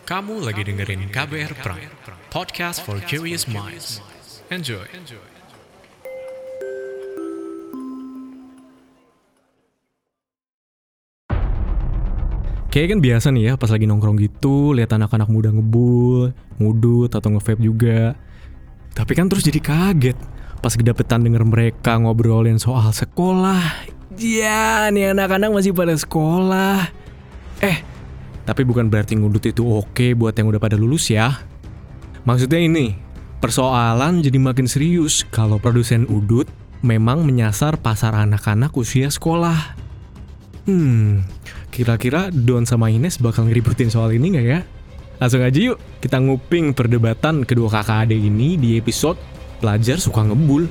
Kamu lagi dengerin KBR Prime, podcast for curious minds. Enjoy. Kayak kan biasa nih ya, pas lagi nongkrong gitu, lihat anak-anak muda ngebul, ngudut atau nge-vape juga. Tapi kan terus jadi kaget pas kedapetan denger mereka ngobrolin soal sekolah. Ya, nih anak-anak masih pada sekolah. Tapi bukan berarti ngudut itu oke buat yang udah pada lulus ya. Maksudnya ini, persoalan jadi makin serius kalau produsen udut memang menyasar pasar anak-anak usia sekolah. Kira-kira Don sama Ines bakal ngeributin soal ini gak ya? Langsung aja yuk, kita nguping perdebatan kedua kakak adik ini di episode Pelajar Suka Ngebul.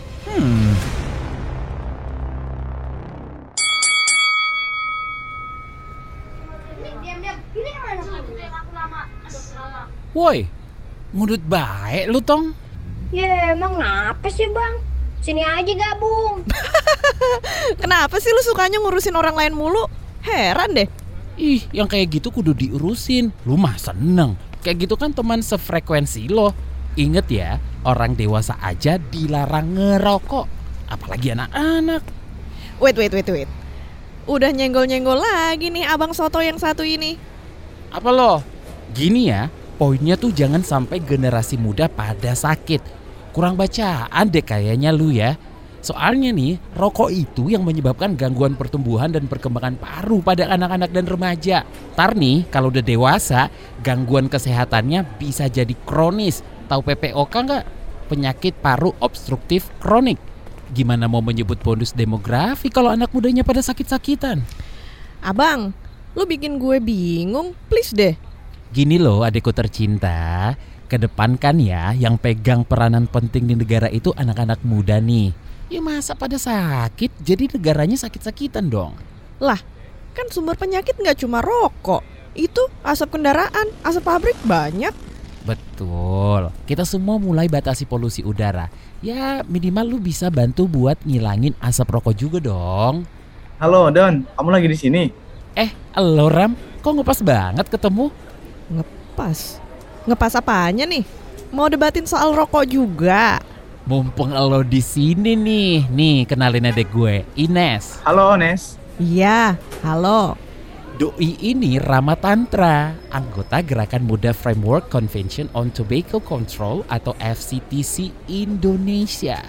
Woi, ngudut baik lu Tong. Ya emang kenapa sih bang? Sini aja gabung. Kenapa sih lu sukanya ngurusin orang lain mulu? Heran deh. Ih, yang kayak gitu kudu diurusin. Lu mah seneng. Kayak gitu kan teman sefrekuensi lo. Ingat ya, orang dewasa aja dilarang ngerokok. Apalagi anak-anak. Wait. Udah nyenggol-nyenggol lagi nih abang soto yang satu ini. Apa lo? Gini ya, poinnya tuh jangan sampai generasi muda pada sakit. Kurang bacaan deh kayaknya lu ya. Soalnya nih, rokok itu yang menyebabkan gangguan pertumbuhan dan perkembangan paru pada anak-anak dan remaja. Ntar nih, kalau udah dewasa, gangguan kesehatannya bisa jadi kronis. Tahu PPOK nggak? Penyakit paru obstruktif kronik. Gimana mau menyebut bonus demografi kalau anak mudanya pada sakit-sakitan? Abang, lu bikin gue bingung, please deh. Gini loh adikku tercinta, ke depan kan ya yang pegang peranan penting di negara itu anak-anak muda nih. Ya masa pada sakit, jadi negaranya sakit-sakitan dong. Lah, kan sumber penyakit nggak cuma rokok. Itu asap kendaraan, asap pabrik banyak. Betul, kita semua mulai batasi polusi udara. Ya minimal lu bisa bantu buat ngilangin asap rokok juga dong. Halo Don, kamu lagi di sini? Elo Ram, kok ngepas banget ketemu? Ngepas apanya nih? Mau debatin soal rokok juga? Mumpung lo di sini nih kenalin adik gue, Ines. Halo Nes. Iya, halo. Doi ini Rama Tantra, anggota Gerakan Muda Framework Convention on Tobacco Control atau FCTC Indonesia.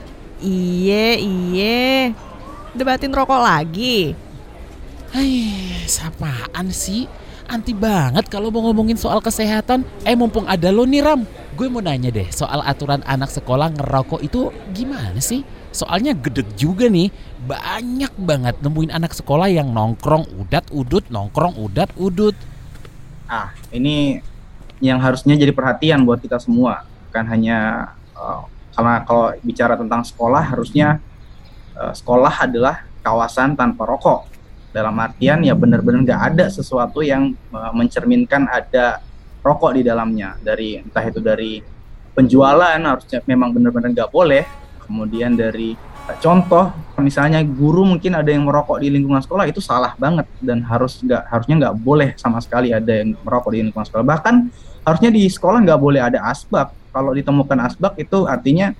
Iye. Debatin rokok lagi. Sapaan sih? Anti banget kalau mau ngomongin soal kesehatan. Mumpung ada lo nih Ram, gue mau nanya deh soal aturan anak sekolah ngerokok itu gimana sih? Soalnya gedeg juga nih, banyak banget nemuin anak sekolah yang nongkrong udat-udut, nongkrong udat-udut. Ini yang harusnya jadi perhatian buat kita semua. Bukan hanya karena kalau bicara tentang sekolah, harusnya sekolah adalah kawasan tanpa rokok. Dalam artian ya benar-benar nggak ada sesuatu yang mencerminkan ada rokok di dalamnya. Entah itu dari penjualan harusnya memang benar-benar nggak boleh. Kemudian dari contoh misalnya guru mungkin ada yang merokok di lingkungan sekolah, itu salah banget dan harusnya nggak boleh sama sekali ada yang merokok di lingkungan sekolah. Bahkan harusnya di sekolah nggak boleh ada asbak. Kalau ditemukan asbak itu artinya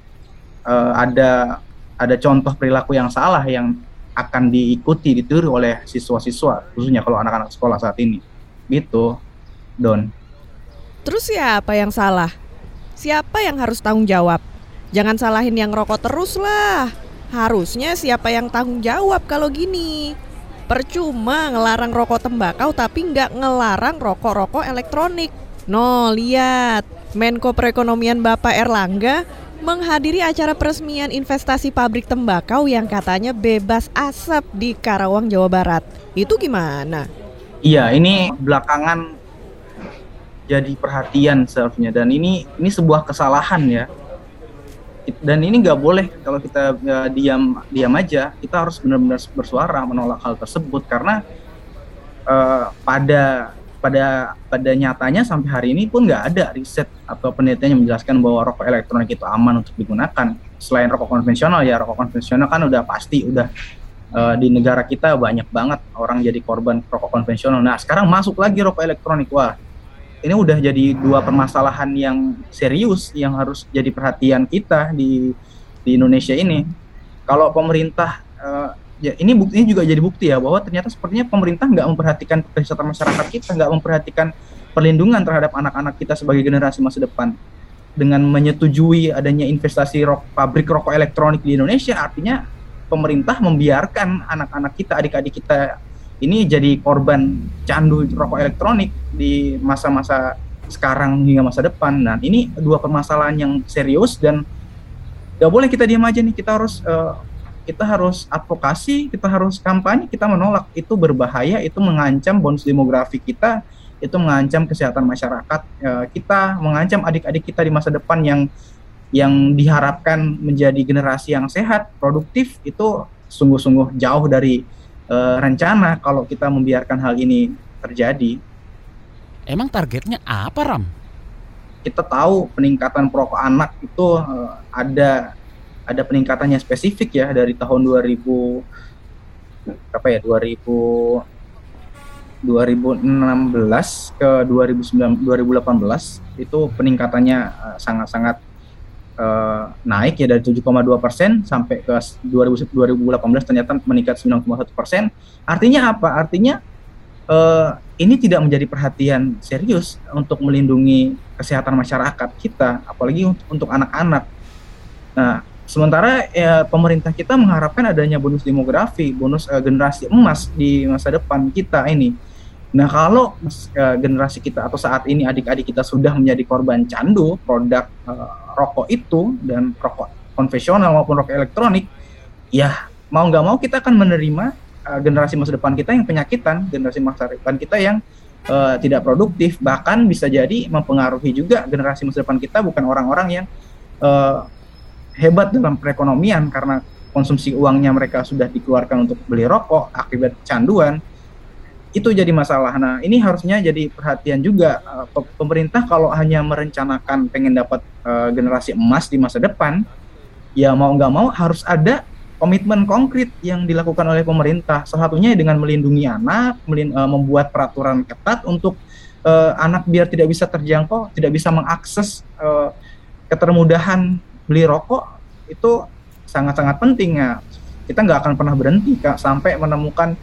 ada contoh perilaku yang salah yang akan ditiru oleh siswa-siswa, khususnya kalau anak-anak sekolah saat ini. Gitu, Don. Terus siapa yang salah? Siapa yang harus tanggung jawab? Jangan salahin yang rokok terus lah. Harusnya siapa yang tanggung jawab kalau gini? Percuma ngelarang rokok tembakau tapi nggak ngelarang rokok-rokok elektronik. No, lihat. Menko Perekonomian Bapak Erlangga menghadiri acara peresmian investasi pabrik tembakau yang katanya bebas asap di Karawang, Jawa Barat. Itu gimana? Iya, ini belakangan jadi perhatian seharusnya, dan ini sebuah kesalahan ya. Dan ini nggak boleh kalau kita diam aja. Kita harus benar-benar bersuara menolak hal tersebut karena pada nyatanya sampai hari ini pun nggak ada riset atau penelitian yang menjelaskan bahwa rokok elektronik itu aman untuk digunakan. Selain rokok konvensional kan udah pasti di negara kita banyak banget orang jadi korban rokok konvensional. Nah sekarang masuk lagi rokok elektronik. Wah, ini udah jadi dua permasalahan yang serius yang harus jadi perhatian kita di Indonesia ini. Kalau pemerintah ya ini buktinya juga jadi bukti ya bahwa ternyata sepertinya pemerintah nggak memperhatikan kesehatan masyarakat kita, nggak memperhatikan perlindungan terhadap anak-anak kita sebagai generasi masa depan. Dengan menyetujui adanya investasi pabrik rokok elektronik di Indonesia, artinya pemerintah membiarkan anak-anak kita, adik-adik kita ini jadi korban candu rokok elektronik di masa-masa sekarang hingga masa depan. Nah, ini dua permasalahan yang serius dan gak boleh kita diam aja nih. Kita harus advokasi, kita harus kampanye, kita menolak. Itu berbahaya, itu mengancam bonus demografi kita, itu mengancam kesehatan masyarakat kita, mengancam adik-adik kita di masa depan yang diharapkan menjadi generasi yang sehat, produktif. Itu sungguh-sungguh jauh dari rencana kalau kita membiarkan hal ini terjadi. Emang targetnya apa, Ram? Kita tahu peningkatan perokok anak itu ada peningkatannya spesifik ya dari tahun 2016 ke 2018 itu peningkatannya sangat-sangat naik ya dari 7,2% sampai ke 2018 ternyata meningkat 9,1%. Artinya apa? Artinya ini tidak menjadi perhatian serius untuk melindungi kesehatan masyarakat kita, apalagi untuk anak-anak. Nah, sementara pemerintah kita mengharapkan adanya bonus demografi, bonus generasi emas di masa depan kita ini. Nah, kalau generasi kita atau saat ini adik-adik kita sudah menjadi korban candu produk rokok itu dan rokok konvensional maupun rokok elektronik, ya mau nggak mau kita akan menerima generasi masa depan kita yang penyakitan, generasi masa depan kita yang tidak produktif, bahkan bisa jadi mempengaruhi juga generasi masa depan kita bukan orang-orang yang hebat dalam perekonomian karena konsumsi uangnya mereka sudah dikeluarkan untuk beli rokok akibat kecanduan. Itu jadi masalah. Nah, ini harusnya jadi perhatian juga pemerintah kalau hanya merencanakan pengen dapat generasi emas di masa depan, ya mau nggak mau harus ada komitmen konkret yang dilakukan oleh pemerintah. Salah satunya dengan melindungi anak, membuat peraturan ketat untuk anak biar tidak bisa terjangkau, tidak bisa mengakses ketermudahan beli rokok. Itu sangat-sangat penting ya. Kita nggak akan pernah berhenti sampai menemukan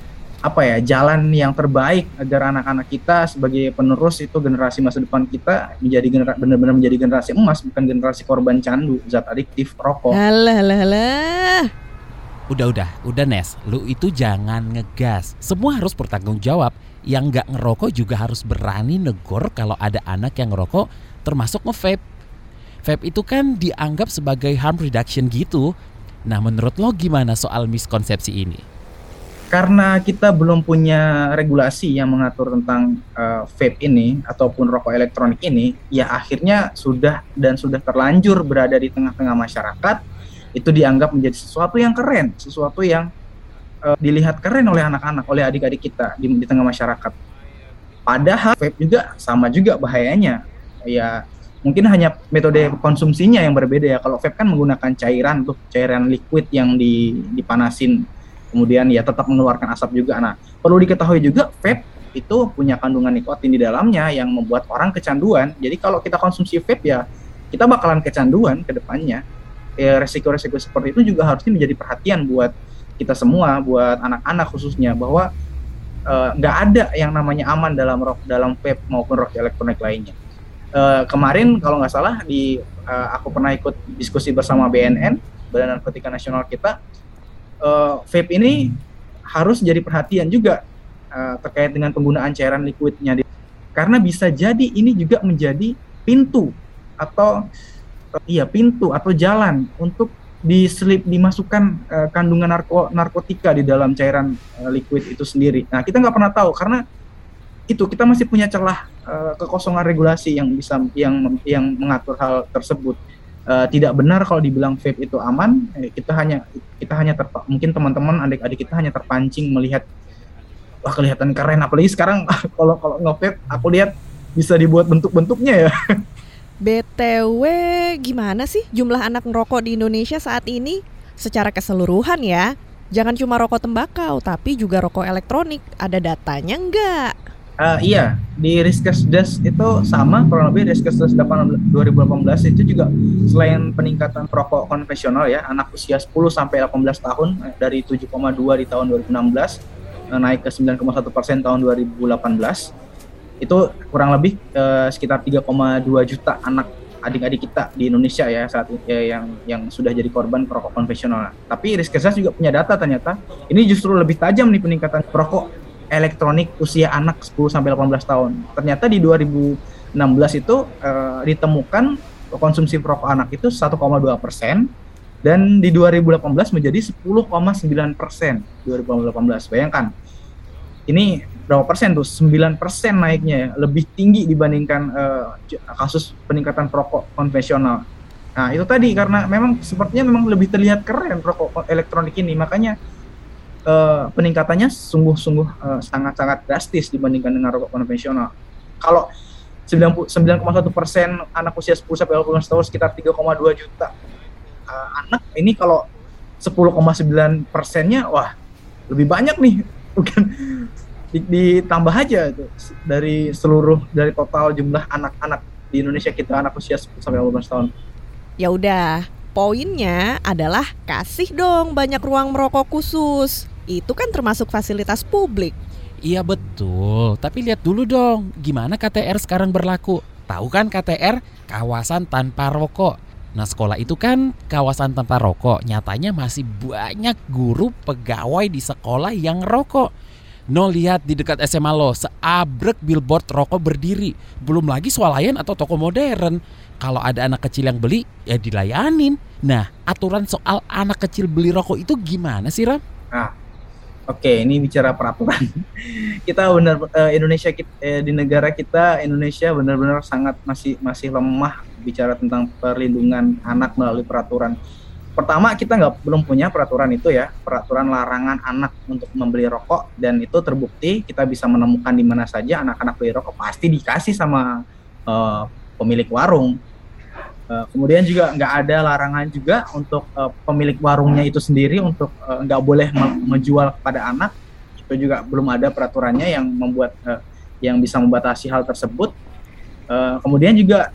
jalan yang terbaik agar anak-anak kita sebagai penerus itu generasi masa depan kita benar-benar menjadi generasi emas, bukan generasi korban candu zat adiktif rokok. Alah. Udah Nes, lu itu jangan ngegas. Semua harus bertanggung jawab. Yang nggak ngerokok juga harus berani negor kalau ada anak yang ngerokok, termasuk nge-vape. Vape itu kan dianggap sebagai harm reduction gitu. Nah, menurut lo gimana soal miskonsepsi ini? Karena kita belum punya regulasi yang mengatur tentang vape ini ataupun rokok elektronik ini, ya akhirnya sudah terlanjur berada di tengah-tengah masyarakat. Itu dianggap menjadi sesuatu yang keren, sesuatu yang dilihat keren oleh anak-anak, oleh adik-adik kita di tengah masyarakat. Padahal vape juga sama juga bahayanya. Ya mungkin hanya metode konsumsinya yang berbeda ya. Kalau vape kan menggunakan cairan liquid yang dipanasin, kemudian ya tetap mengeluarkan asap juga. Nah, perlu diketahui juga vape itu punya kandungan nikotin di dalamnya yang membuat orang kecanduan. Jadi kalau kita konsumsi vape ya kita bakalan kecanduan ke depannya. Resiko-resiko seperti itu juga harusnya menjadi perhatian buat kita semua, buat anak-anak khususnya, bahwa nggak ada yang namanya aman dalam vape maupun rokok elektronik lainnya. Kemarin kalau nggak salah aku pernah ikut diskusi bersama BNN, Badan Narkotika Nasional kita. Vape ini harus jadi perhatian juga terkait dengan penggunaan cairan liquidnya, karena bisa jadi ini juga menjadi pintu atau jalan untuk dimasukkan kandungan narkotika di dalam cairan liquid itu sendiri. Nah, kita nggak pernah tahu karena itu kita masih punya celah kekosongan regulasi yang mengatur hal tersebut. Tidak benar kalau dibilang vape itu aman. Mungkin teman-teman adik-adik kita hanya terpancing melihat wah kelihatan keren, apalagi sekarang kalau nge-vape aku lihat bisa dibuat bentuk-bentuknya ya. BTW, gimana sih jumlah anak ngerokok di Indonesia saat ini? Secara keseluruhan ya. Jangan cuma rokok tembakau, tapi juga rokok elektronik. Ada datanya nggak? Iya, di Riskesdas itu sama, kurang lebih Riskesdas 2018 itu juga selain peningkatan perokok konvensional ya, anak usia 10 sampai 18 tahun dari 7,2 di tahun 2016 naik ke 9,1% tahun 2018. Itu kurang lebih sekitar 3,2 juta anak adik-adik kita di Indonesia ya saat ini yang sudah jadi korban perokok konvensional. Tapi Riskesdas juga punya data ternyata ini justru lebih tajam nih peningkatan perokok elektronik usia anak 10 sampai 18 tahun. Ternyata di 2016 itu ditemukan konsumsi perokok anak itu 1,2% dan di 2018 menjadi 10,9% 2018. Bayangkan. Ini berapa persen tuh? 9% naiknya ya, lebih tinggi dibandingkan kasus peningkatan perokok konvensional. Nah, itu tadi karena memang sepertinya memang lebih terlihat keren rokok elektronik ini, makanya peningkatannya sungguh-sungguh sangat-sangat drastis dibandingkan dengan rokok konvensional. Kalau 9,1% anak usia 10 sampai 18 tahun sekitar 3,2 juta anak, ini kalau 10,9%-nya wah lebih banyak nih, bukan ditambah aja tuh dari total jumlah anak-anak di Indonesia kita anak usia 10 sampai 18 tahun. Ya udah, poinnya adalah kasih dong banyak ruang merokok khusus. Itu kan termasuk fasilitas publik. Iya betul, tapi lihat dulu dong gimana KTR sekarang berlaku. Tahu kan KTR, kawasan tanpa rokok. Nah sekolah itu kan kawasan tanpa rokok. Nyatanya masih banyak guru pegawai di sekolah yang rokok. No, lihat di dekat SMA lo, seabrek billboard rokok berdiri. Belum lagi swalayan atau toko modern. Kalau ada anak kecil yang beli, ya dilayanin. Nah, aturan soal anak kecil beli rokok itu gimana sih, Ram? Nah, oke, ini bicara peraturan. Kita benar Indonesia di negara kita Indonesia benar-benar sangat masih lemah bicara tentang perlindungan anak melalui peraturan. Pertama, kita belum punya peraturan itu ya, peraturan larangan anak untuk membeli rokok, dan itu terbukti kita bisa menemukan di mana saja anak-anak beli rokok pasti dikasih sama pemilik warung. Kemudian juga nggak ada larangan juga untuk pemilik warungnya itu sendiri untuk nggak boleh menjual kepada anak. Itu juga belum ada peraturannya yang bisa membatasi hal tersebut. Kemudian juga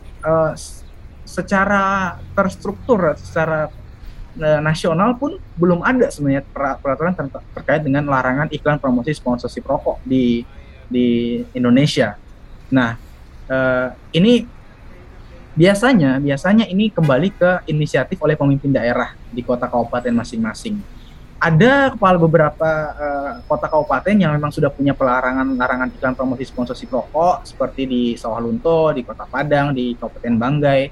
secara terstruktur, secara nasional pun belum ada sebenarnya peraturan terkait dengan larangan iklan promosi sponsorship rokok di Indonesia. Nah, ini biasanya ini kembali ke inisiatif oleh pemimpin daerah di kota kabupaten masing-masing. Ada beberapa kota kabupaten yang memang sudah punya larangan iklan promosi sponsorship rokok, seperti di Sawah Lunto, di Kota Padang, di Kabupaten Banggai,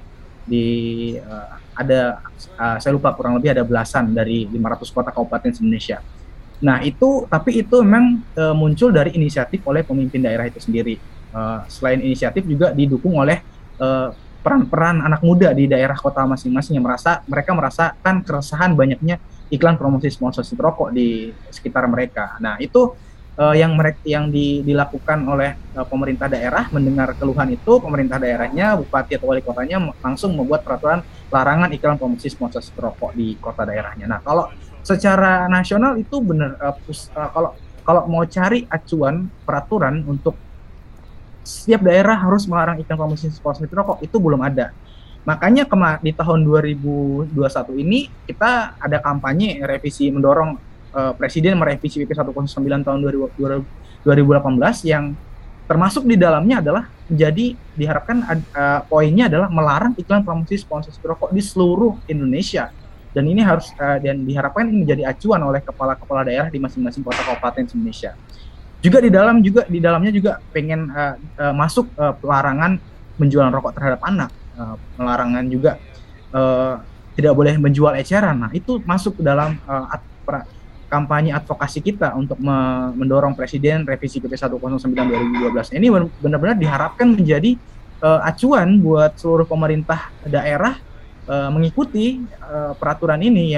saya lupa, kurang lebih ada belasan dari 500 kota kabupaten se-Indonesia. Nah, tapi itu memang muncul dari inisiatif oleh pemimpin daerah itu sendiri. Selain inisiatif juga didukung oleh peran-peran anak muda di daerah kota masing-masing yang mereka merasakan keresahan banyaknya iklan promosi sponsorship rokok di sekitar mereka. Nah, itu yang dilakukan oleh pemerintah daerah. Mendengar keluhan itu, pemerintah daerahnya, bupati atau wali kotanya langsung membuat peraturan larangan iklan promosi sponsorship rokok di kota daerahnya. Nah, kalau secara nasional itu benar, kalau mau cari acuan peraturan untuk setiap daerah harus melarang iklan promosi sponsorship rokok, itu belum ada. Makanya di tahun 2021 ini kita ada kampanye revisi, mendorong Presiden merevisi PP 109 tahun 2018 yang termasuk di dalamnya adalah diharapkan poinnya adalah melarang iklan promosi sponsorship rokok di seluruh Indonesia, dan ini harus dan diharapkan ini menjadi acuan oleh kepala-kepala daerah di masing-masing kota kabupaten Indonesia. Juga di dalamnya juga pengen masuk pelarangan penjualan rokok terhadap anak, pelarangan juga tidak boleh menjual eceran. Nah, itu masuk ke dalam kampanye advokasi kita untuk mendorong Presiden revisi PP 109 2012. Ini benar-benar diharapkan menjadi acuan buat seluruh pemerintah daerah mengikuti peraturan ini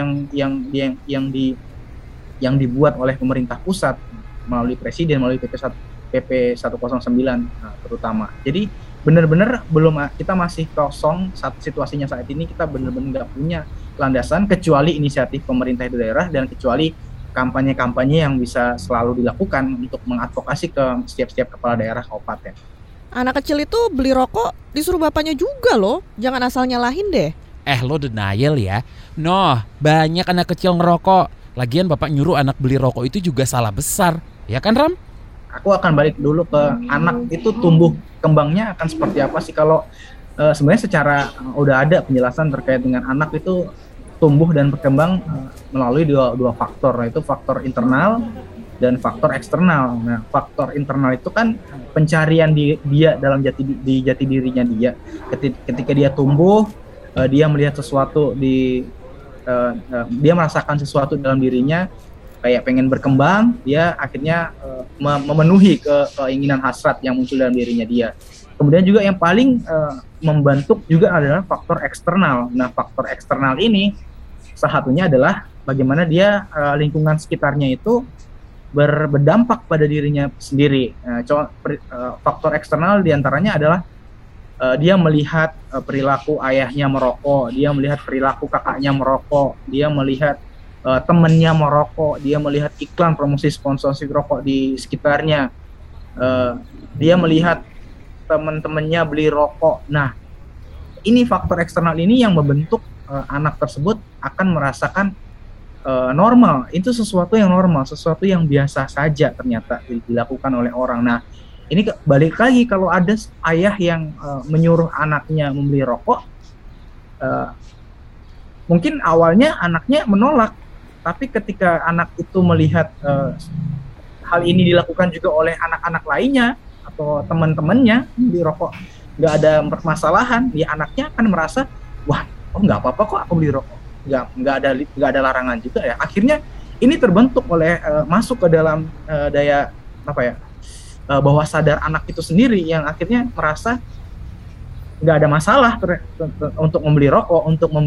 yang dibuat oleh pemerintah pusat melalui Presiden, melalui PP 109 terutama. Jadi benar-benar kita masih kosong situasinya saat ini. Kita benar-benar nggak punya landasan kecuali inisiatif pemerintah itu daerah dan kecuali kampanye-kampanye yang bisa selalu dilakukan untuk mengadvokasi ke setiap kepala daerah kabupaten. Anak kecil itu beli rokok disuruh bapaknya juga loh. Jangan asal nyalahin deh. Lo denial ya. Noh, banyak anak kecil ngerokok. Lagian bapak nyuruh anak beli rokok itu juga salah besar. Ya kan, Ram? Aku akan balik dulu ke anak itu tumbuh kembangnya akan seperti apa sih kalau sebenarnya secara udah ada penjelasan terkait dengan anak itu tumbuh dan berkembang melalui dua faktor, yaitu faktor internal dan faktor eksternal. Nah, faktor internal itu kan pencarian dia dalam jati dirinya dia. Ketika dia tumbuh, dia melihat sesuatu dia merasakan sesuatu dalam dirinya, kayak pengen berkembang, dia akhirnya memenuhi keinginan hasrat yang muncul dalam dirinya dia. Kemudian juga yang paling membantu juga adalah faktor eksternal. Nah, faktor eksternal ini salah satunya adalah bagaimana dia lingkungan sekitarnya itu berdampak pada dirinya sendiri. Faktor eksternal diantaranya adalah dia melihat perilaku ayahnya merokok, dia melihat perilaku kakaknya merokok, dia melihat temannya merokok, dia melihat iklan promosi sponsorship rokok di sekitarnya, dia melihat teman-temannya beli rokok. Nah, ini faktor eksternal ini yang membentuk anak tersebut akan merasakan normal. Itu sesuatu yang normal, sesuatu yang biasa saja ternyata dilakukan oleh orang. Nah, ini balik lagi kalau ada ayah yang menyuruh anaknya membeli rokok, mungkin awalnya anaknya menolak, tapi ketika anak itu melihat hal ini dilakukan juga oleh anak-anak lainnya atau teman-temannya beli rokok, nggak ada permasalahan, ya anaknya akan merasa, wah, nggak apa-apa kok aku beli rokok, nggak ada larangan juga ya. Akhirnya ini terbentuk oleh masuk ke dalam daya bawah sadar anak itu sendiri yang akhirnya merasa nggak ada masalah untuk membeli rokok,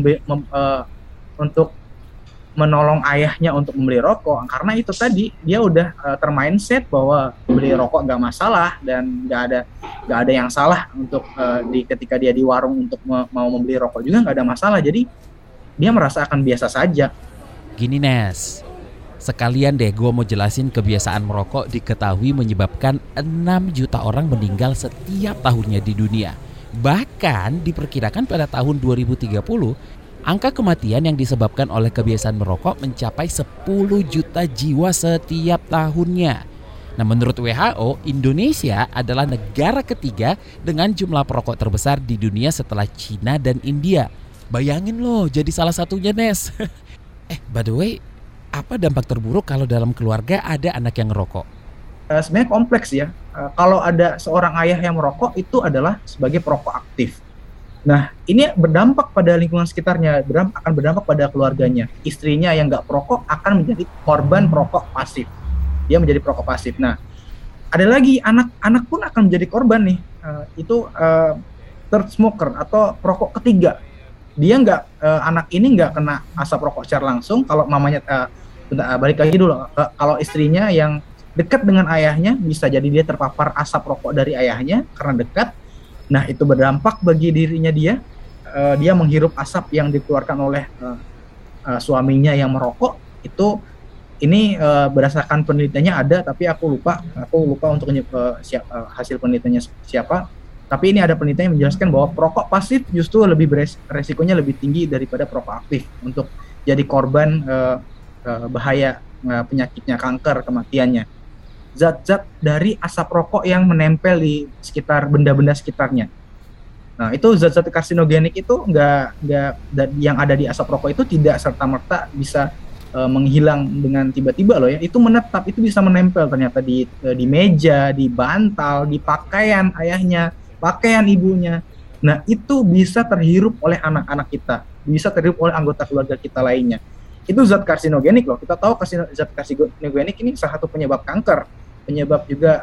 untuk menolong ayahnya untuk membeli rokok, karena itu tadi dia udah termindset bahwa beli rokok nggak masalah dan nggak ada yang salah untuk ketika dia di warung untuk mau membeli rokok juga nggak ada masalah, jadi dia merasa akan biasa saja. Gini Nes, sekalian deh gue mau jelasin kebiasaan merokok diketahui menyebabkan 6 juta orang meninggal setiap tahunnya di dunia. Bahkan diperkirakan pada tahun 2030 angka kematian yang disebabkan oleh kebiasaan merokok mencapai 10 juta jiwa setiap tahunnya. Nah, menurut WHO, Indonesia adalah negara ketiga dengan jumlah perokok terbesar di dunia setelah Cina dan India. Bayangin loh, jadi salah satunya Nes. By the way, apa dampak terburuk kalau dalam keluarga ada anak yang ngerokok? Sebenarnya kompleks ya. Kalau ada seorang ayah yang merokok, itu adalah sebagai perokok aktif. Nah, ini berdampak pada lingkungan sekitarnya, akan berdampak pada keluarganya. Istrinya yang nggak perokok akan menjadi korban perokok pasif. Dia menjadi perokok pasif. Nah, ada lagi anak pun akan menjadi korban nih. Itu third smoker atau perokok ketiga. Dia anak ini nggak kena asap rokok secara langsung. Kalau mamanya, balik lagi dulu. Kalau istrinya yang dekat dengan ayahnya, bisa jadi dia terpapar asap rokok dari ayahnya karena dekat. Nah, itu berdampak bagi dirinya dia. Dia menghirup asap yang dikeluarkan oleh suaminya yang merokok. Ini berdasarkan penelitiannya ada, tapi aku lupa untuk hasil penelitiannya siapa. Tapi ini ada penelitian yang menjelaskan bahwa perokok pasif justru resikonya lebih tinggi daripada perokok aktif untuk jadi korban bahaya penyakitnya, kanker, kematiannya. Zat-zat dari asap rokok yang menempel di sekitar benda-benda sekitarnya. Nah, itu zat-zat karsinogenik itu yang ada di asap rokok itu tidak serta-merta bisa menghilang dengan tiba-tiba loh ya. Itu menetap, itu bisa menempel ternyata di meja, di bantal, di pakaian ayahnya, pakaian ibunya. Nah, itu bisa terhirup oleh anak-anak kita, bisa terhirup oleh anggota keluarga kita lainnya. Itu zat karsinogenik loh. Kita tahu zat karsinogenik ini salah satu penyebab kanker, penyebab juga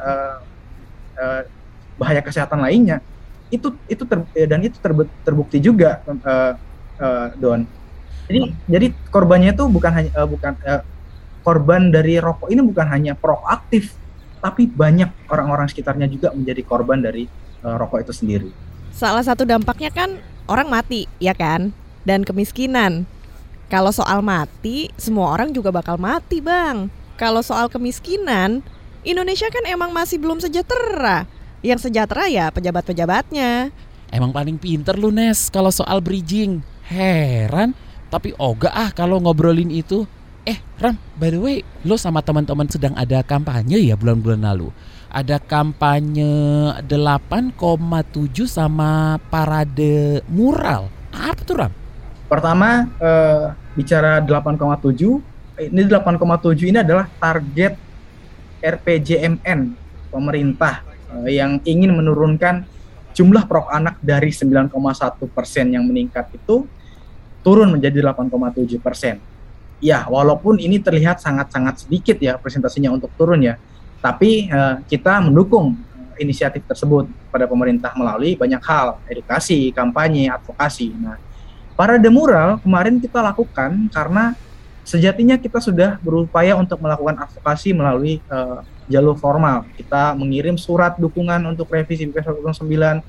bahaya kesehatan lainnya. Itu terbukti juga, Don. Jadi korbannya itu bukan korban dari rokok ini bukan hanya perokok aktif, tapi banyak orang-orang sekitarnya juga menjadi korban dari rokok itu sendiri. Salah satu dampaknya kan orang mati, ya kan? Dan kemiskinan. Kalau soal mati, semua orang juga bakal mati, Bang. Kalau soal kemiskinan, Indonesia kan emang masih belum sejahtera. Yang sejahtera ya pejabat-pejabatnya. Emang paling pinter lu, Nes, kalau soal bridging. Heran, tapi ogah kalau ngobrolin itu. Ram, by the way, lo sama teman-teman sedang ada kampanye ya bulan-bulan lalu. Ada kampanye 8,7 sama parade mural. Apa tuh, Ram? Pertama, bicara 8,7, ini 8,7 ini adalah target RPJMN pemerintah yang ingin menurunkan jumlah perok anak dari 9,1% yang meningkat itu turun menjadi 8,7%. Ya, walaupun ini terlihat sangat-sangat sedikit ya presentasinya untuk turun ya, tapi kita mendukung inisiatif tersebut pada pemerintah melalui banyak hal, edukasi, kampanye, advokasi. Nah, parade mural kemarin kita lakukan karena sejatinya kita sudah berupaya untuk melakukan advokasi melalui jalur formal. Kita mengirim surat dukungan untuk revisi PP 109,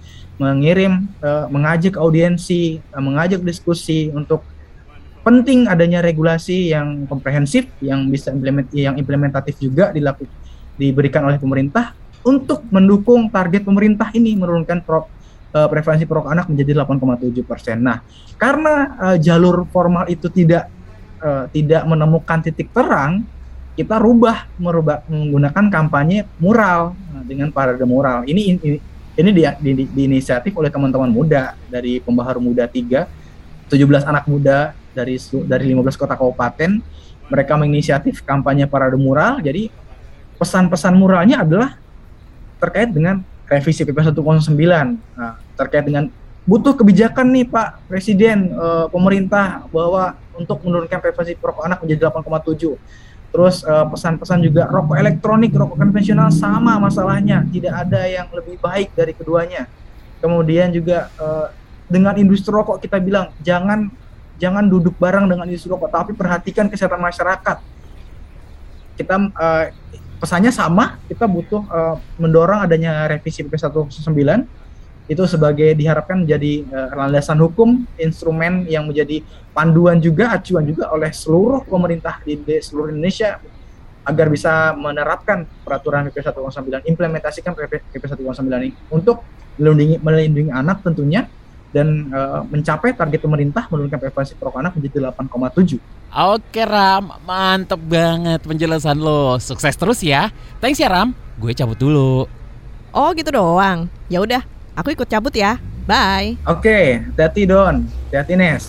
mengajak audiensi, mengajak diskusi untuk penting adanya regulasi yang komprehensif, yang bisa implementatif juga diberikan oleh pemerintah untuk mendukung target pemerintah ini menurunkan prevalensi perok anak menjadi 8,7%. Nah, karena jalur formal itu tidak menemukan titik terang, kita menggunakan kampanye mural dengan parade mural. Ini diinisiatif oleh teman-teman muda dari Pembaharu Muda 3, 17 anak muda dari 15 kota kabupaten. Mereka menginisiatif kampanye parade mural. Jadi pesan-pesan muralnya adalah terkait dengan revisi PP 109. Nah, terkait dengan butuh kebijakan nih Pak Presiden, pemerintah bahwa untuk menurunkan prevalensi perokok anak menjadi 8,7. Terus pesan-pesan juga rokok elektronik, rokok konvensional sama masalahnya, tidak ada yang lebih baik dari keduanya. Kemudian juga dengan industri rokok kita bilang jangan duduk bareng dengan industri rokok, tapi perhatikan kesehatan masyarakat. Kita pesannya sama, kita butuh mendorong adanya revisi PP 109 itu sebagai diharapkan menjadi landasan hukum, instrumen yang menjadi panduan juga, acuan juga oleh seluruh pemerintah di seluruh Indonesia agar bisa menerapkan peraturan PP 109, implementasikan PP 109 ini untuk melindungi anak tentunya dan mencapai target pemerintah menurunkan prevalensi perok anak menjadi 8,7. Oke Ram, mantep banget penjelasan lo. Sukses terus ya. Thanks ya Ram. Gue cabut dulu. Oh gitu doang. Ya udah, aku ikut cabut ya. Bye. Oke, hati-hati Don, hati-hati Nes.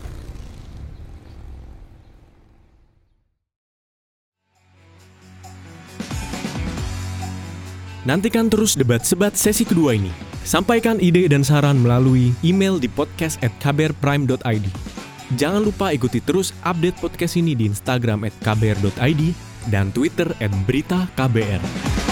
Nantikan terus debat sebat sesi kedua ini. Sampaikan ide dan saran melalui email di podcast@kbrprime.id. Jangan lupa ikuti terus update podcast ini di Instagram @kbr.id dan Twitter @beritaKBR.